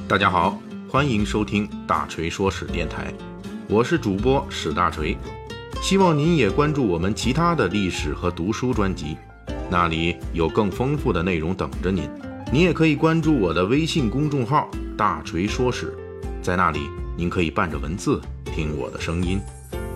大家好，欢迎收听大锤说史电台，我是主播史大锤，希望您也关注我们其他的历史和读书专辑，那里有更丰富的内容等着您。您也可以关注我的微信公众号大锤说史，在那里您可以伴着文字听我的声音。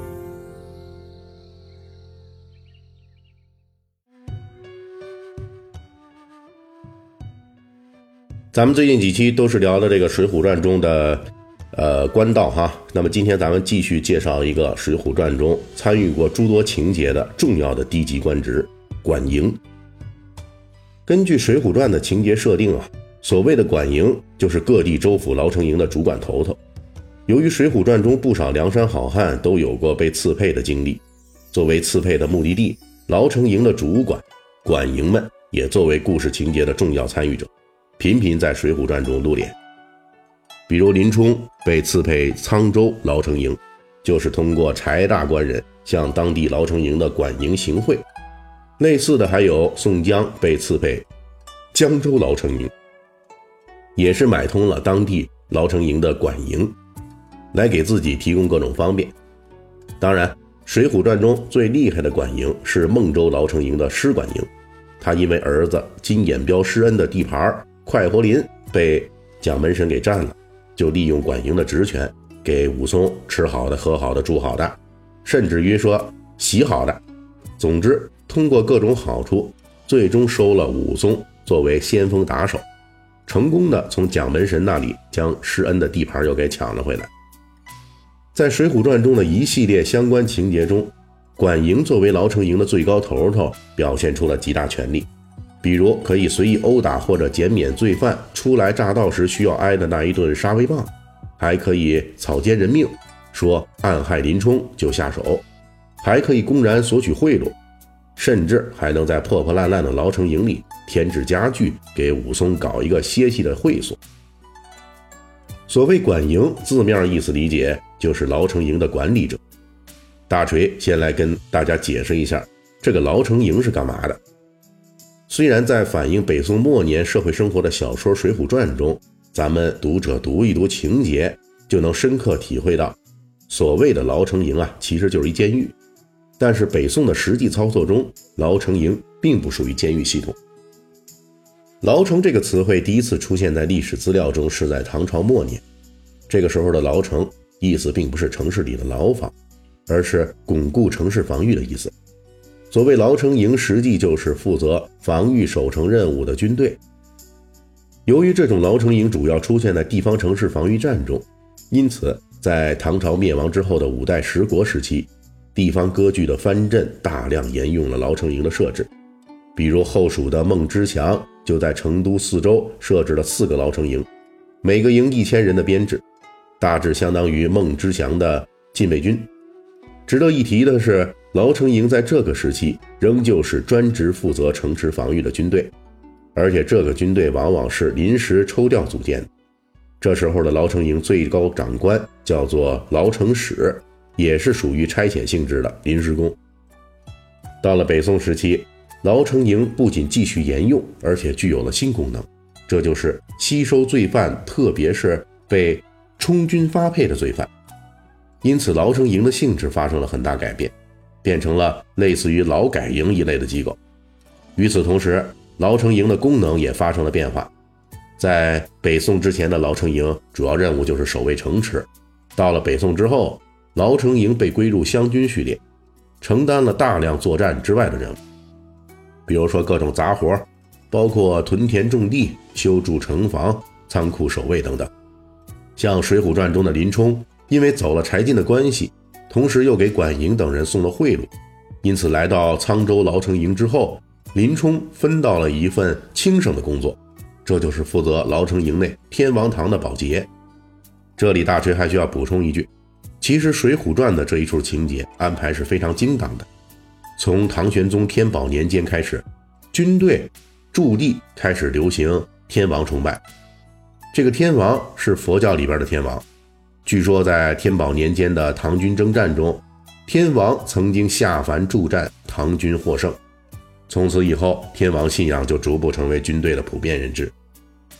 咱们最近几期都是聊的这个《水浒传》中的官道哈，那么今天咱们继续介绍一个《水浒传》中参与过诸多情节的重要的低级官职管营。根据《水浒传》的情节设定啊，所谓的管营就是各地州府牢城营的主管头头。由于《水浒传》中不少梁山好汉都有过被刺配的经历，作为刺配的目的地，牢城营的主管管营们也作为故事情节的重要参与者，频频在《水浒传》中露脸。比如林冲被刺配沧州牢城营，就是通过柴大官人向当地牢城营的管营行贿。类似的还有宋江被刺配江州牢城营，也是买通了当地牢城营的管营，来给自己提供各种方便。当然，《水浒传》中最厉害的管营是孟州牢城营的施管营，他因为儿子金眼彪施恩的地盘快活林被蒋门神给占了，就利用管营的职权给武松吃好的喝好的住好的，甚至于说洗好的，总之通过各种好处，最终收了武松作为先锋打手，成功的从蒋门神那里将施恩的地盘又给抢了回来。在《水浒传》中的一系列相关情节中，管营作为牢城营的最高头头，表现出了极大权力，比如可以随意殴打或者减免罪犯初来乍到时需要挨的那一顿杀威棒，还可以草菅人命，说暗害林冲就下手，还可以公然索取贿赂，甚至还能在破破烂烂的牢城营里添置家具，给武松搞一个歇息的会所。所谓管营，字面意思理解就是牢城营的管理者。大锤先来跟大家解释一下这个牢城营是干嘛的。虽然在反映北宋末年社会生活的小说《水浒传》中，咱们读者读一读情节就能深刻体会到，所谓的牢城营啊，其实就是一监狱。但是北宋的实际操作中，牢城营并不属于监狱系统。牢城这个词汇第一次出现在历史资料中是在唐朝末年，这个时候的牢城意思并不是城市里的牢房，而是巩固城市防御的意思。所谓牢城营实际就是负责防御守城任务的军队。由于这种牢城营主要出现在地方城市防御战中，因此在唐朝灭亡之后的5代十国时期，地方割据的藩镇大量沿用了牢城营的设置。比如后蜀的孟知祥就在成都四周设置了4个牢城营，每个营1000人的编制，大致相当于孟知祥的禁卫军。值得一提的是，牢城营在这个时期仍旧是专职负责城池防御的军队，而且这个军队往往是临时抽调组建的。这时候的牢城营最高长官叫做牢城使，也是属于差遣性质的临时工。到了北宋时期，牢城营不仅继续沿用，而且具有了新功能，这就是吸收罪犯，特别是被充军发配的罪犯。因此牢城营的性质发生了很大改变，变成了类似于劳改营一类的机构。与此同时，牢城营的功能也发生了变化。在北宋之前的牢城营主要任务就是守卫城池，到了北宋之后，牢城营被归入湘军序列，承担了大量作战之外的任务，比如说各种杂活，包括屯田种地、修筑城防、仓库守卫等等。像《水浒传》中的林冲，因为走了柴进的关系，同时又给管营等人送了贿赂，因此来到沧州牢城营之后，林冲分到了一份轻省的工作，这就是负责牢城营内天王堂的保洁。这里大锤还需要补充一句，其实《水浒传》的这一处情节安排是非常精当的。从唐玄宗天宝年间开始，军队驻地开始流行天王崇拜。这个天王是佛教里边的天王，据说在天宝年间的唐军征战中，天王曾经下凡助战，唐军获胜。从此以后，天王信仰就逐步成为军队的普遍认知。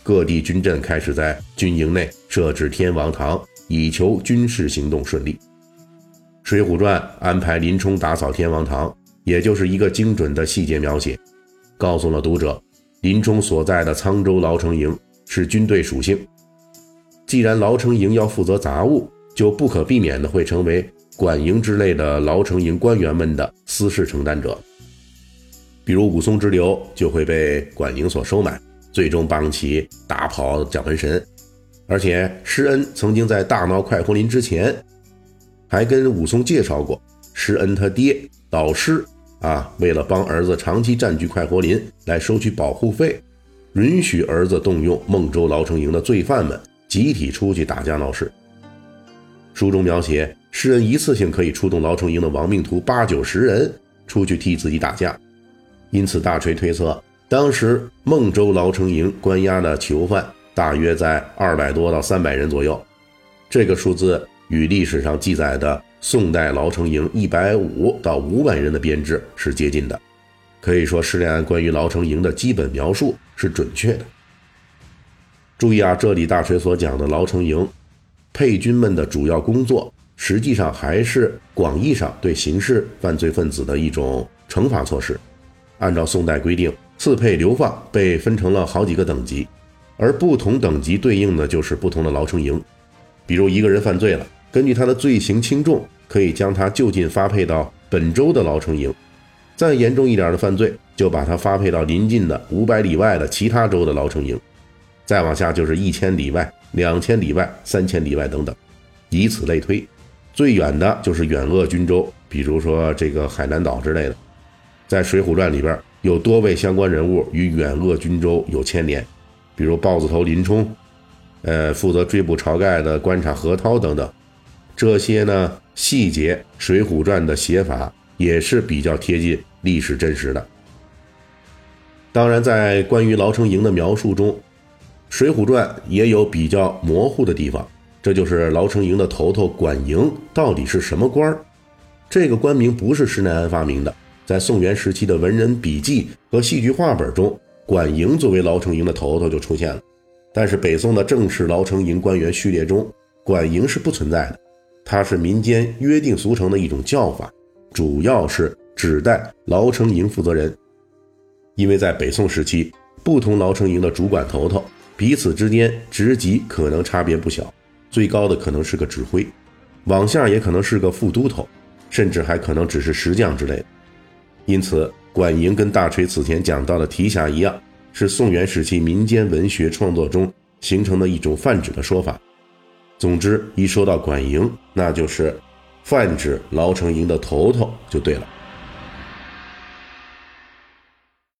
各地军镇开始在军营内设置天王堂，以求军事行动顺利。《水浒传》安排林冲打扫天王堂，也就是一个精准的细节描写，告诉了读者林冲所在的沧州牢城营是军队属性。既然牢城营要负责杂务，就不可避免的会成为管营之类的牢城营官员们的私事承担者。比如武松之流就会被管营所收买，最终帮其打跑蒋门神。而且施恩曾经在大闹快活林之前还跟武松介绍过，施恩他爹老施为了帮儿子长期占据快活林来收取保护费，允许儿子动用孟州牢城营的罪犯们集体出去打架闹事。书中描写施恩一次性可以出动牢城营的亡命徒80-90人出去替自己打架，因此大锤推测当时孟州牢城营关押的囚犯大约在200多到300人左右，这个数字与历史上记载的宋代牢城营150到500人的编制是接近的，可以说施耐庵关于牢城营的基本描述是准确的。注意这里大锤所讲的牢城营配军们的主要工作，实际上还是广义上对刑事犯罪分子的一种惩罚措施。按照宋代规定，刺配流放被分成了好几个等级，而不同等级对应的就是不同的牢城营。比如一个人犯罪了，根据他的罪行轻重，可以将他就近发配到本州的牢城营，再严重一点的犯罪，就把他发配到邻近的500里外的其他州的牢城营，再往下就是1000里外、2000里外、3000里外等等，以此类推。最远的就是远鄂军州，比如说这个海南岛之类的。在《水浒传》里边有多位相关人物与远鄂军州有牵连，比如豹子头林冲，负责追捕晁盖的关察何涛等等。这些呢细节，《水浒传》的写法也是比较贴近历史真实的。当然，在关于牢城营的描述中，《水浒传》也有比较模糊的地方，这就是牢城营的头头管营到底是什么官？这个官名不是施耐庵发明的，在宋元时期的文人笔记和戏剧话本中，管营作为牢城营的头头就出现了。但是北宋的正式牢城营官员序列中，管营是不存在的，它是民间约定俗成的一种叫法，主要是指代牢城营负责人。因为在北宋时期，不同牢城营的主管头头彼此之间职级可能差别不小，最高的可能是个指挥，往下也可能是个副都头，甚至还可能只是石匠之类的。因此管营跟大锤此前讲到的提辖一样，是宋元时期民间文学创作中形成的一种泛指的说法。总之一说到管营，那就是泛指牢城营的头头就对了。